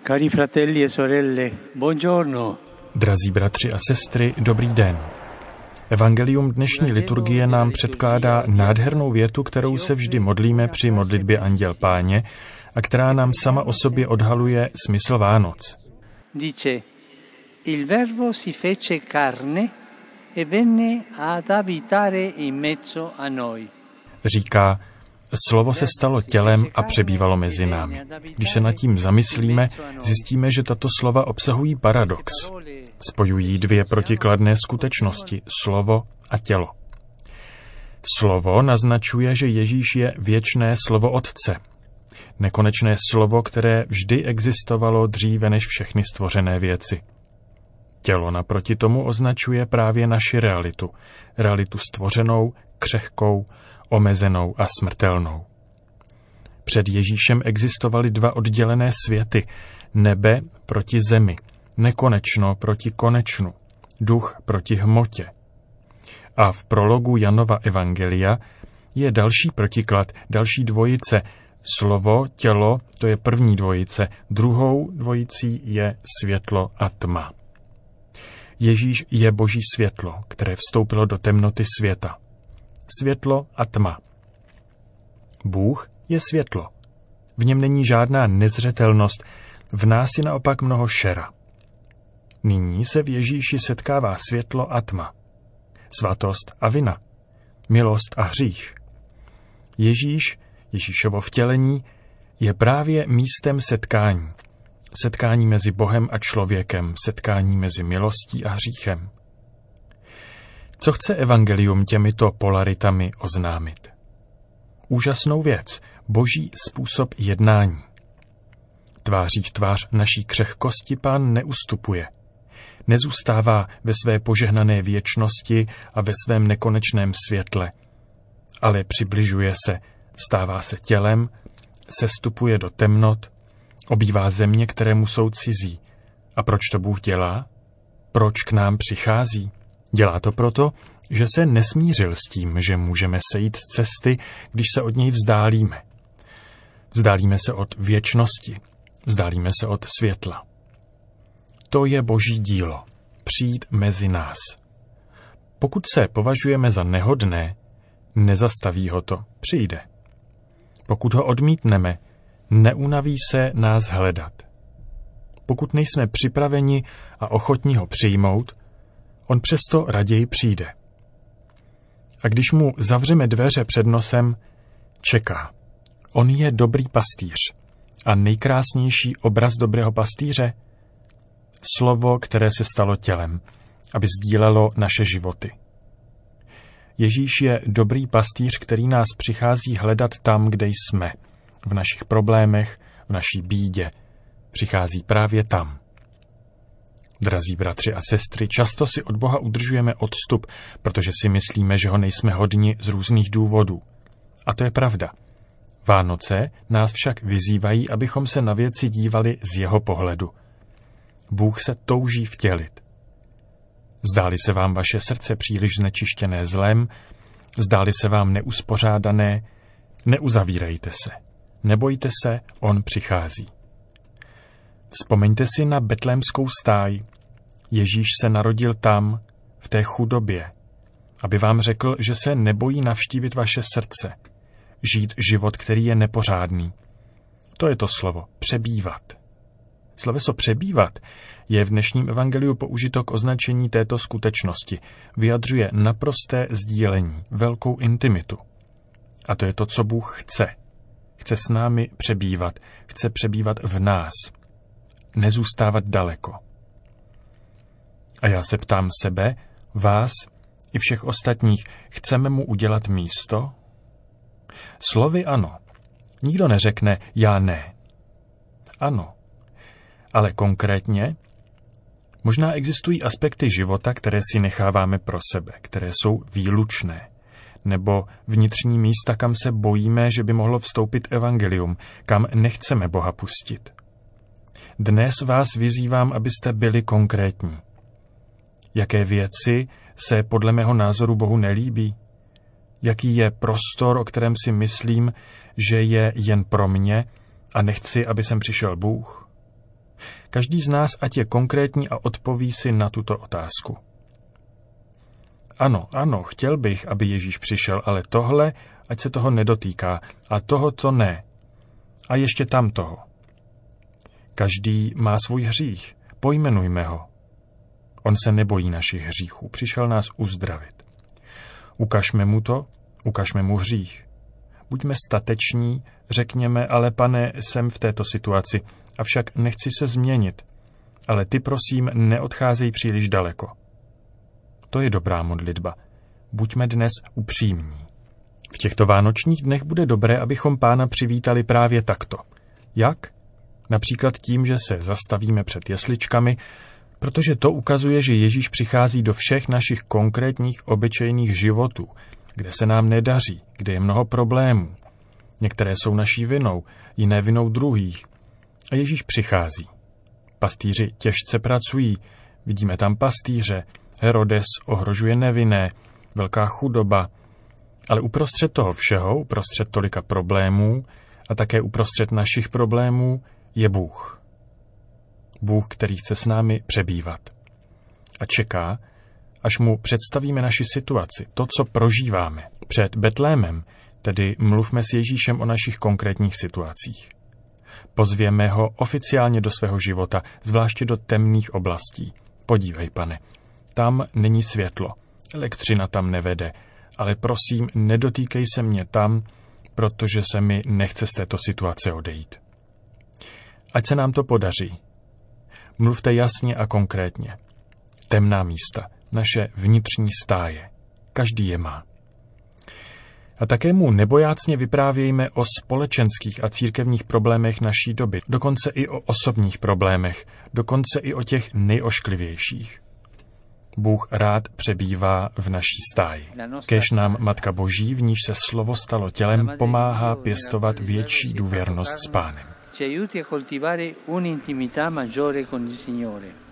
Cari fratelli e sorelle, buongiorno. Drazí bratři a sestry, dobrý den. Evangelium dnešní liturgie nám předkládá nádhernou větu, kterou se vždy modlíme při modlitbě Anděl Páně a která nám sama o sobě odhaluje smysl Vánoc. Dice, il verbo si fece carne e venne ad abitare in mezzo a noi. Říká, slovo se stalo tělem a přebývalo mezi námi. Když se nad tím zamyslíme, zjistíme, že tato slova obsahují paradox. Spojují dvě protikladné skutečnosti, slovo a tělo. Slovo naznačuje, že Ježíš je věčné slovo Otce. Nekonečné slovo, které vždy existovalo dříve než všechny stvořené věci. Tělo naproti tomu označuje právě naši realitu. Realitu stvořenou, křehkou, omezenou a smrtelnou. Před Ježíšem existovaly dva oddělené světy, nebe proti zemi, nekonečno proti konečnu, duch proti hmotě. A v prologu Janova evangelia je další protiklad, další dvojice. Slovo, tělo, to je první dvojice, druhou dvojicí je světlo a tma. Ježíš je Boží světlo, které vstoupilo do temnoty světa. Světlo a tma. Bůh je světlo. V něm není žádná nezřetelnost, v nás je naopak mnoho šera. Nyní se v Ježíši setkává světlo a tma. Svatost a vina. Milost a hřích. Ježíšovo vtělení je právě místem setkání. Setkání mezi Bohem a člověkem, setkání mezi milostí a hříchem. Co chce evangelium těmito polaritami oznámit? Úžasnou věc, Boží způsob jednání. Tváří v tvář naší křehkosti Pán neustupuje. Nezůstává ve své požehnané věčnosti a ve svém nekonečném světle, ale přibližuje se, stává se tělem, sestupuje do temnot, obývá země, které mu jsou cizí. A proč to Bůh dělá? Proč k nám přichází? Dělá to proto, že se nesmířil s tím, že můžeme sejít z cesty, když se od něj vzdálíme. Vzdálíme se od věčnosti, vzdálíme se od světla. To je Boží dílo, přijít mezi nás. Pokud se považujeme za nehodné, nezastaví ho to, přijde. Pokud ho odmítneme, neunaví se nás hledat. Pokud nejsme připraveni a ochotní ho přijmout, on přesto raději přijde. A když mu zavřeme dveře před nosem, čeká. On je dobrý pastýř. A nejkrásnější obraz dobrého pastýře? Slovo, které se stalo tělem, aby sdílelo naše životy. Ježíš je dobrý pastýř, který nás přichází hledat tam, kde jsme. V našich problémech, v naší bídě. Přichází právě tam. Drazí bratři a sestry, často si od Boha udržujeme odstup, protože si myslíme, že ho nejsme hodni z různých důvodů. A to je pravda. Vánoce nás však vyzývají, abychom se na věci dívali z jeho pohledu. Bůh se touží vtělit. Zdáli se vám vaše srdce příliš znečištěné zlem, zdáli se vám neuspořádané, neuzavírejte se. Nebojte se, on přichází. Vzpomeňte si na betlémskou stáj. Ježíš se narodil tam, v té chudobě, aby vám řekl, že se nebojí navštívit vaše srdce, žít život, který je nepořádný. To je to slovo, přebývat. Sloveso přebývat je v dnešním evangeliu použito k označení této skutečnosti. Vyjadřuje naprosté sdílení, velkou intimitu. A to je to, co Bůh chce. Chce s námi přebývat, chce přebývat v nás. Nezůstávat daleko. A já se ptám sebe, vás i všech ostatních, chceme mu udělat místo? Slovy ano. Nikdo neřekne já ne. Ano. Ale konkrétně, možná existují aspekty života, které si necháváme pro sebe, které jsou výlučné, nebo vnitřní místa, kam se bojíme, že by mohlo vstoupit evangelium, kam nechceme Boha pustit. Dnes vás vyzývám, abyste byli konkrétní. Jaké věci se podle mého názoru Bohu nelíbí? Jaký je prostor, o kterém si myslím, že je jen pro mě a nechci, aby sem přišel Bůh? Každý z nás ať je konkrétní a odpoví si na tuto otázku. Ano, chtěl bych, aby Ježíš přišel, ale tohle, ať se toho nedotýká, a tohoto ne. A ještě tam toho. Každý má svůj hřích, pojmenujme ho. On se nebojí našich hříchů, přišel nás uzdravit. Ukažme mu to, ukažme mu hřích. Buďme stateční, řekněme, ale pane, jsem v této situaci, avšak nechci se změnit. Ale ty prosím, neodcházej příliš daleko. To je dobrá modlitba. Buďme dnes upřímní. V těchto vánočních dnech bude dobré, abychom Pána přivítali právě takto. Jak? Například tím, že se zastavíme před jesličkami, protože to ukazuje, že Ježíš přichází do všech našich konkrétních obyčejných životů, kde se nám nedaří, kde je mnoho problémů. Některé jsou naší vinou, jiné vinou druhých. A Ježíš přichází. Pastýři těžce pracují, vidíme tam pastýře, Herodes ohrožuje nevinné, velká chudoba, ale uprostřed toho všeho, uprostřed tolika problémů a také uprostřed našich problémů je Bůh. Bůh, který chce s námi přebývat. A čeká, až mu představíme naši situaci, to, co prožíváme. Před Betlémem, tedy mluvme s Ježíšem o našich konkrétních situacích. Pozvěme ho oficiálně do svého života, zvláště do temných oblastí. Podívej, pane, tam není světlo, elektřina tam nevede, ale prosím, nedotýkej se mě tam, protože se mi nechce z této situace odejít. Ať se nám to podaří. Mluvte jasně a konkrétně. Temná místa, naše vnitřní stáje. Každý je má. A také mu nebojácně vyprávějme o společenských a církevních problémech naší doby, dokonce i o osobních problémech, dokonce i o těch nejošklivějších. Bůh rád přebývá v naší stáji. Kéž nám Matka Boží, v níž se slovo stalo tělem, pomáhá pěstovat větší důvěrnost s Pánem. Ci aiuti a coltivare un'intimità maggiore con il Signore.